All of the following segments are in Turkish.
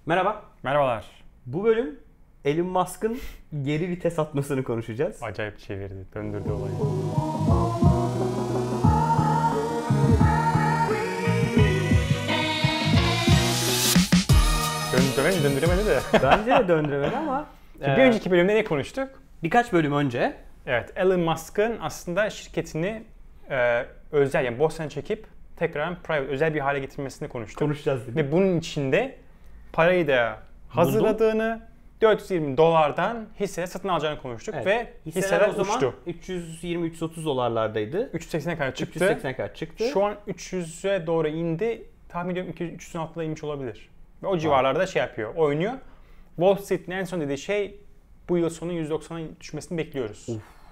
Merhaba. Merhabalar. Bu bölüm Elon Musk'ın geri vites atmasını konuşacağız. Acayip çevirdi, döndürdü olayı. Döndüremedi de. Bence de döndüremedi ama Bir önceki bölümde ne konuştuk? birkaç bölüm önce Evet, Elon Musk'ın aslında şirketini özel, yani borsadan çekip tekrar private, özel bir hale getirmesini konuştuk. konuşacağız dedik. Ve bunun içinde parayı da hazırladığını, $420'dan hisse satın alacağını konuştuk Evet. ve Hisseler hisseler o zaman uçtu. 320-330 dolarlardaydı. 380'e kadar çıktı. 380'e kadar çıktı. Şu an 300'e doğru indi. Tahmin ediyorum 300'ün altına inmiş olabilir. Ve o civarlarda şey yapıyor, oynuyor. Wall Street'in en son dediği şey bu yıl sonu 190'a düşmesini bekliyoruz.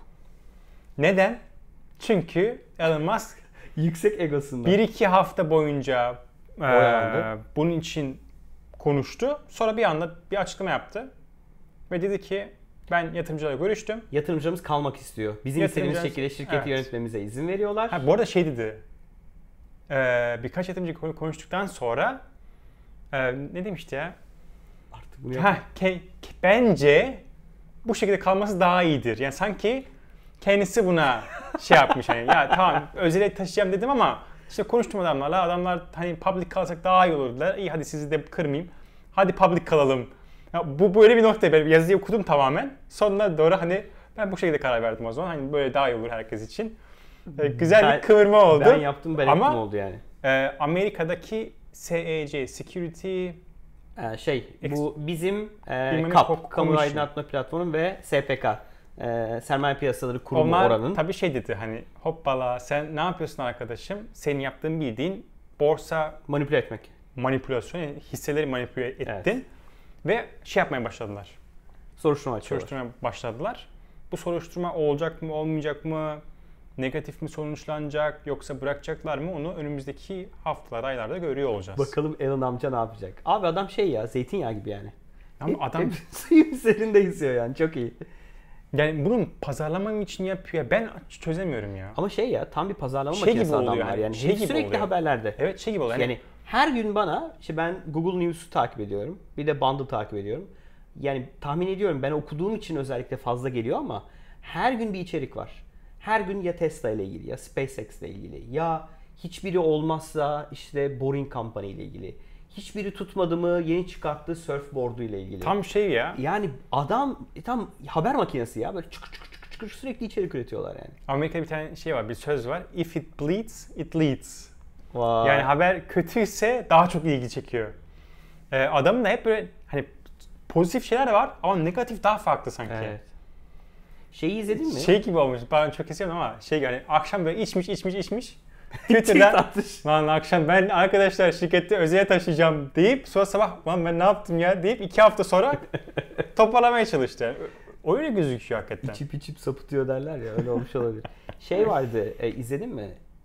Neden? Çünkü Elon Musk Yüksek egosundan. 1-2 hafta boyunca Oyalandı. bunun için konuştu. Sonra bir anda bir açıklama yaptı. Ve dedi ki ben yatırımcılarla görüştüm. Yatırımcımız kalmak istiyor. Bizim istediğimiz Yatırımcı- şekilde şirketi Evet. yönetmemize izin veriyorlar. Ha, bu arada şey dedi. Birkaç yatırımcı konuştuktan sonra ne demişti ya? Artık bunu Ha, bence bu şekilde kalması daha iyidir. Yani sanki kendisi buna şey yapmış hani ya tamam özele taşıyacağım dedim ama işte konuştum adamlarla. Adamlar hani public kalsak daha iyi olur dediler. İyi hadi sizi de kırmayayım. Hadi public kalalım. Ya, bu böyle bir nokta. Ben yazıyı okudum tamamen. Sonuna doğru hani ben bu şekilde karar verdim o zaman. Hani böyle daha iyi olur herkes için. Güzel bir kıvırma oldu. Ben yaptım, ben Ama yaptım oldu yani. Amerika'daki SEC, Security Bu bizim Bilmem ne KAP, Kamu Commission. Aydınlatma Platformu ve SPK, Sermaye Piyasaları Kurumu onlar oranın. tabii şey dedi hani hoppala sen ne yapıyorsun arkadaşım? Senin yaptığın bildiğin borsa Manipüle etmek. manipülasyonu, yani hisseleri manipüle ettin Evet. ve şey yapmaya başladılar. Soruşturma açıyorlar. Soruşturmaya başladılar. Bu soruşturma olacak mı, olmayacak mı? Negatif mi sonuçlanacak yoksa bırakacaklar mı onu önümüzdeki haftalarda, aylarda görüyor olacağız. Bakalım Elon amca ne yapacak? Abi adam zeytinyağı gibi yani. Ama adam Suyun üzerinde yüzüyor yani, çok iyi. yani bunun pazarlama için yapıyor. Ben çözemiyorum ya. Ama tam bir pazarlama Şey makinesi gibi oluyor adamlar yani, yani. şey Hep gibi sürekli oluyor. haberlerde. Evet şey gibi oluyor. Yani her gün bana, ben Google News'u takip ediyorum. Bir de Bundle takip ediyorum. Yani tahmin ediyorum, ben okuduğum için özellikle fazla geliyor ama her gün bir içerik var. Her gün ya Tesla ile ilgili, ya SpaceX ile ilgili, ya hiçbiri olmazsa işte Boring Company ile ilgili. Hiçbiri tutmadı mı yeni çıkarttığı surfboard'u ile ilgili. Tam şey ya. Yani adam tam haber makinesi ya. Böyle çıkır çıkır çıkır çıkır sürekli içerik üretiyorlar yani. Amerika'da bir tane şey var, bir söz var. If it bleeds, it leads. Vay. Yani haber kötüyse daha çok ilgi çekiyor. Adamın da hep böyle hani pozitif şeyler de var ama negatif daha farklı sanki. Evet. Şeyi izledin mi? Şey gibi olmuş, ben çok kesiyorum ama şey yani akşam böyle içmiş. Tweet Twitter'da atmış. lan akşam ben arkadaşlar şirkette özele taşıyacağım deyip sonra sabah lan ben ne yaptım ya deyip 2 hafta sonra toparlamaya çalıştı. Yani öyle gözüküyor hakikaten. İçip sapıtıyor derler ya, öyle olmuş olabilir. Şey vardı, izledin mi?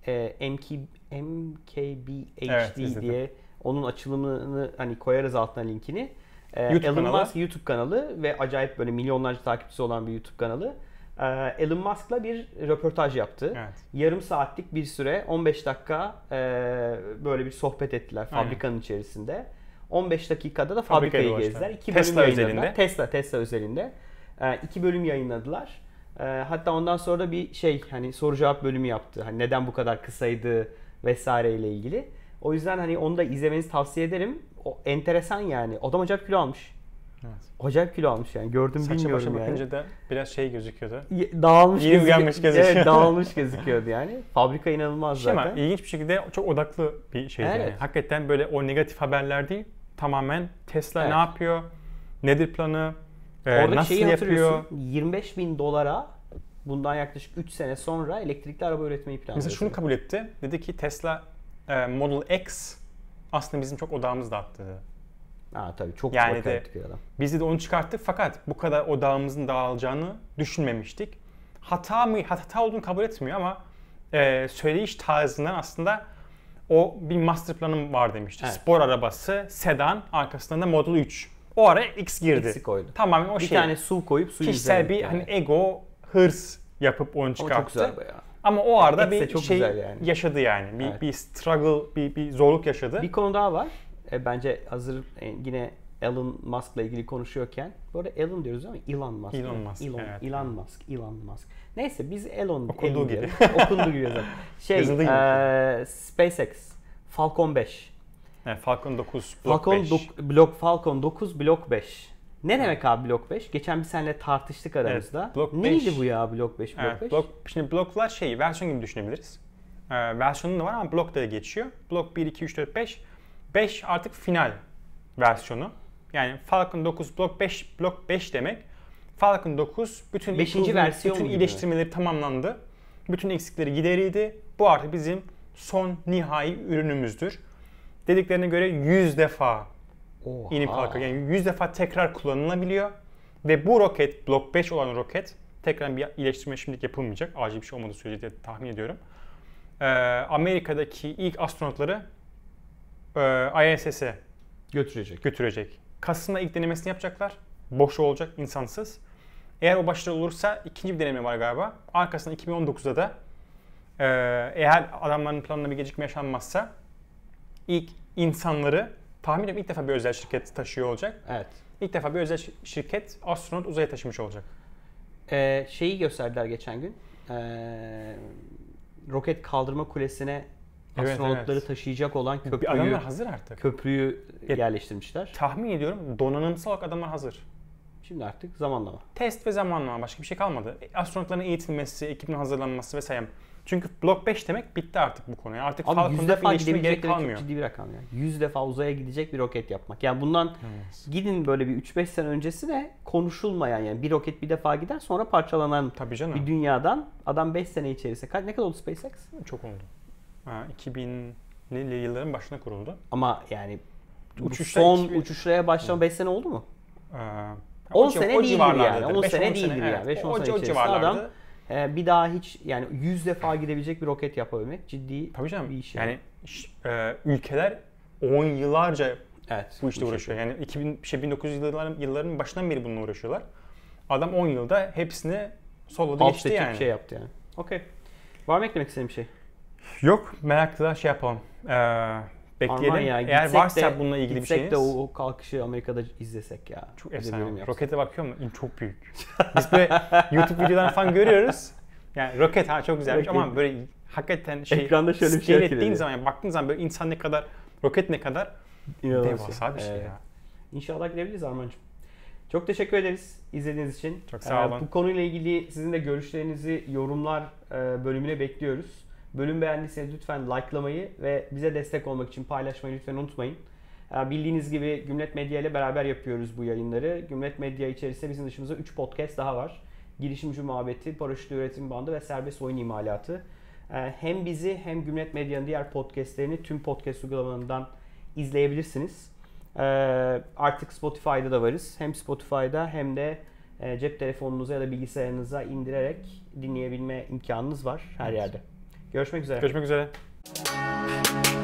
MKBHD Evet, izledim. diye, onun açılımını hani koyarız altına linkini. YouTube Elon kanalı. Musk YouTube kanalı ve acayip böyle milyonlarca takipçisi olan bir YouTube kanalı. Elon Musk'la bir röportaj yaptı. Evet. Yarım saatlik bir süre, 15 dakika böyle bir sohbet ettiler fabrikanın içerisinde. 15 dakikada da fabrikayı dolaştılar. gezdiler. 2 Tesla bölüm yayınladılar. özelinde. Tesla özelinde. 2 bölüm yayınladılar. Hatta ondan sonra da bir hani soru cevap bölümü yaptı. Hani neden bu kadar kısaydı vesaire ile ilgili. O yüzden hani onu da izlemenizi tavsiye ederim. O enteresan yani. Adam acayip kilo almış. Evet. Acayip kilo almış yani. Gördüm Saça başa bilmiyorum yani. bakınca da biraz şey gözüküyordu. Dağılmış Yeni uyanmış gözüküyor. Evet, dağılmış gözüküyordu yani. Fabrika inanılmaz Şey zaten. ama ilginç bir şekilde çok odaklı bir şeydi Evet. yani. Hakikaten böyle o negatif haberler değil, tamamen Tesla Evet. ne yapıyor, nedir planı, Oradaki nasıl şeyi yapıyor. hatırlıyorsun. 25 bin dolara bundan yaklaşık 3 sene sonra elektrikli araba üretmeyi planlıyor. Mesela şunu kabul etti. Dedi ki Tesla Model X aslında bizim çok odağımızı dağıttı dedi. Tabii çok Yani çok kritik bir adam. Biz de onu çıkarttık fakat bu kadar odağımızın dağılacağını düşünmemiştik. Hata olduğunu kabul etmiyor ama söyleyiş tarzından aslında o bir master planım var demişti. Evet. Spor arabası, sedan, arkasından da Model 3. O ara X girdi. X'i koydu. Tamamen o Bir şey. tane su koyup suyu Kişisel bir üzerine hani yani. ego, hırs yapıp onu Ama çıkarttı. çok güzel bu ya. Ama o arada X de bir çok şey güzel yani. yaşadı yani. Evet. Bir struggle, bir zorluk yaşadı. Bir konu daha var. Bence hazır yine Elon Musk'la ilgili konuşuyorken, bu arada Elon diyoruz ama Elon Musk. Elon Musk, evet. Elon Musk. Neyse biz Elon Okunduğu gibi. Okunduğu gibi yazalım. SpaceX, Falcon 5. Evet, Falcon 9, Block 5. Falcon 9, Block 5. Ne demek abi Block 5? Geçen bir seninle tartıştık aramızda. Evet, Block neydi 5. bu ya Block 5, Block 5? Şimdi bloklar versiyon gibi düşünebiliriz. Versiyonu da var ama blok da geçiyor. Blok 1, 2, 3, 4, 5. 5 artık final versiyonu. Yani Falcon 9 Block 5 demek. Falcon 9 bütün iyileştirmeleri tamamlandı. Bütün eksikleri giderildi. Bu artık bizim son nihai ürünümüzdür. Dediklerine göre 100 defa inip kalkıyor. Yani 100 defa tekrar kullanılabiliyor. Ve bu roket, Block 5 olan roket, tekrar bir iyileştirme şimdilik yapılmayacak. Acil bir şey olmadığı sürece diye tahmin ediyorum. Amerika'daki ilk astronotları ISS'e götürecek. Kasım'da ilk denemesini yapacaklar. Boş olacak, insansız. Eğer o başarılı olursa ikinci bir deneme var galiba. Arkasından 2019'da da eğer adamların planına bir gecikme yaşanmazsa ilk insanları tahmin ediyorum ilk defa bir özel şirket taşıyor olacak. Evet. İlk defa bir özel şirket astronot uzaya taşımış olacak. Şeyi gösterdiler geçen gün. Roket kaldırma kulesine astronotları taşıyacak olan adamlar hazır artık. Köprüyü yerleştirmişler. Tahmin ediyorum donanımsal olarak adamlar hazır. Şimdi artık zamanlama. Test ve zamanlama, başka bir şey kalmadı. Astronotların eğitilmesi, ekibin hazırlanması vesaire. Çünkü Block 5 demek bitti artık bu konuya. Artık Falcon'da iyileştirme gerek kalmıyor. Çok ciddi bir rakam ya. 100 defa uzaya gidecek bir roket yapmak. Yani bundan gidin böyle bir 3-5 sene öncesine konuşulmayan, yani bir roket bir defa gider sonra parçalanan bir dünyadan adam 5 sene içerisinde. Ne kadar oldu SpaceX? Çok oldu. 2000'li yılların başına kuruldu. Ama yani uçuşlara başlama 5 sene oldu mu? 10 sene değildir yani. 10 sene değildir yani. 5-10 sene içerisinde adam bir daha hiç yani 100 defa gidebilecek bir roket yapabilmek ciddi bir iş. Yani ülkeler 10 yıllarca bu işte uğraşıyor. Yani 1900 yılların başından beri bununla uğraşıyorlar. Adam 10 yılda hepsini solladı geçti yani. Şey yaptı yani. Okey. Var mı eklemek istediğin bir şey? Yok. Merakla şey yapalım. Bekleyelim. Ya, eğer varsa bununla ilgili bir şeyiniz. De o kalkışı Amerika'da izlesek ya. Çok efsane. Rokete bakıyor musun? Çok büyük. Biz böyle YouTube videolarını falan görüyoruz. Yani roket çok güzelmiş ama böyle hakikaten ekranda şöyle bir şey ettiğin zaman, yani baktığın zaman böyle insan ne kadar, roket ne kadar devasa bir şey ya. İnşallah gidebiliriz Armancığım. Çok teşekkür ederiz izlediğiniz için. Çok sağ olun. Bu konuyla ilgili sizin de görüşlerinizi yorumlar bölümüne bekliyoruz. Bölüm beğendiyseniz lütfen likelamayı ve bize destek olmak için paylaşmayı lütfen unutmayın. Bildiğiniz gibi Gümlet Medya ile beraber yapıyoruz bu yayınları. Gümlet Medya içerisinde bizim dışımızda 3 podcast daha var. Girişimci Muhabbeti, Paraşütlü Üretim Bandı ve Serbest Oyun İmalatı. Hem bizi hem Gümlet Medya'nın diğer podcastlerini tüm podcast uygulamalarından izleyebilirsiniz. Artık Spotify'da da varız. Hem Spotify'da hem de cep telefonunuza ya da bilgisayarınıza indirerek dinleyebilme imkanınız var her yerde. Görüşmek üzere. Görüşmek üzere.